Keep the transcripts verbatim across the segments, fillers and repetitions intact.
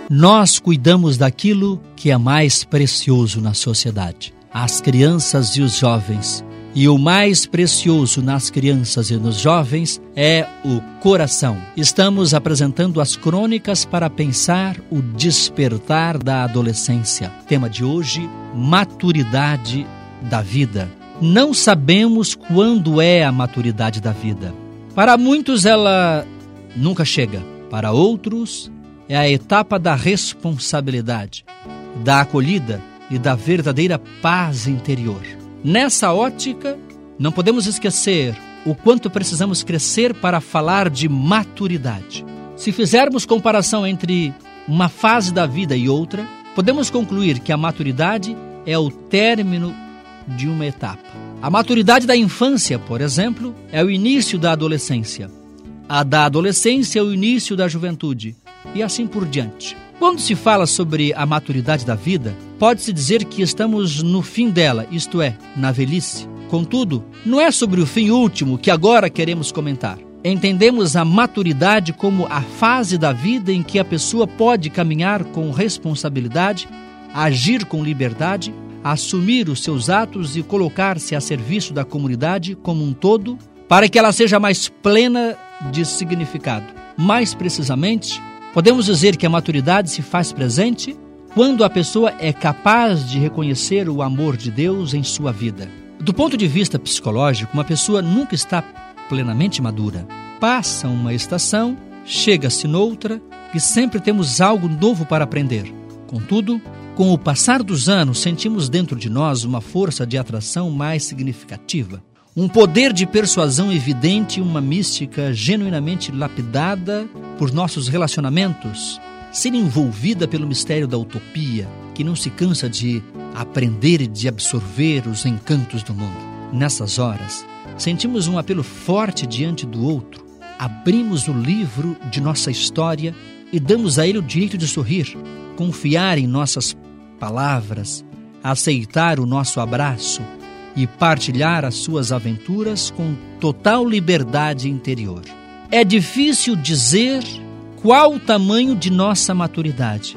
nós cuidamos daquilo que é mais precioso na sociedade, as crianças e os jovens. E o mais precioso nas crianças e nos jovens é o coração. Estamos apresentando as crônicas para pensar o despertar da adolescência. Tema de hoje, maturidade da vida. Não sabemos quando é a maturidade da vida. Para muitos ela nunca chega. Para outros é a etapa da responsabilidade, da acolhida e da verdadeira paz interior. Nessa ótica, não podemos esquecer o quanto precisamos crescer para falar de maturidade. Se fizermos comparação entre uma fase da vida e outra, podemos concluir que a maturidade é o término de uma etapa. A maturidade da infância, por exemplo, é o início da adolescência. A da adolescência é o início da juventude, e assim por diante. Quando se fala sobre a maturidade da vida, pode-se dizer que estamos no fim dela, isto é, na velhice. Contudo, não é sobre o fim último que agora queremos comentar. Entendemos a maturidade como a fase da vida em que a pessoa pode caminhar com responsabilidade, agir com liberdade, assumir os seus atos e colocar-se a serviço da comunidade como um todo, para que ela seja mais plena de significado. Mais precisamente, podemos dizer que a maturidade se faz presente quando a pessoa é capaz de reconhecer o amor de Deus em sua vida. Do ponto de vista psicológico, uma pessoa nunca está plenamente madura. Passa uma estação, chega-se noutra e sempre temos algo novo para aprender. Contudo, com o passar dos anos, sentimos dentro de nós uma força de atração mais significativa. Um poder de persuasão evidente e uma mística genuinamente lapidada por nossos relacionamentos, ser envolvida pelo mistério da utopia, que não se cansa de aprender e de absorver os encantos do mundo. Nessas horas, sentimos um apelo forte diante do outro, abrimos o livro de nossa história e damos a ele o direito de sorrir, confiar em nossas palavras, aceitar o nosso abraço, e partilhar as suas aventuras com total liberdade interior. É difícil dizer qual o tamanho de nossa maturidade,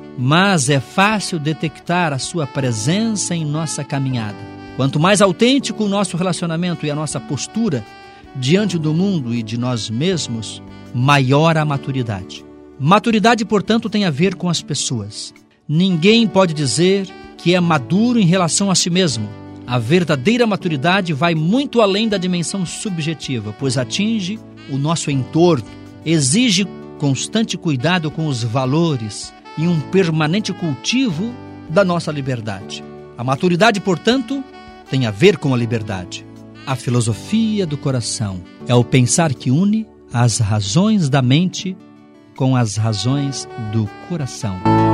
mas é fácil detectar a sua presença em nossa caminhada. Quanto mais autêntico o nosso relacionamento e a nossa postura diante do mundo e de nós mesmos, maior a maturidade. Maturidade, portanto, tem a ver com as pessoas. Ninguém pode dizer que é maduro em relação a si mesmo. A verdadeira maturidade vai muito além da dimensão subjetiva, pois atinge o nosso entorno, exige constante cuidado com os valores e um permanente cultivo da nossa liberdade. A maturidade, portanto, tem a ver com a liberdade. A filosofia do coração é o pensar que une as razões da mente com as razões do coração.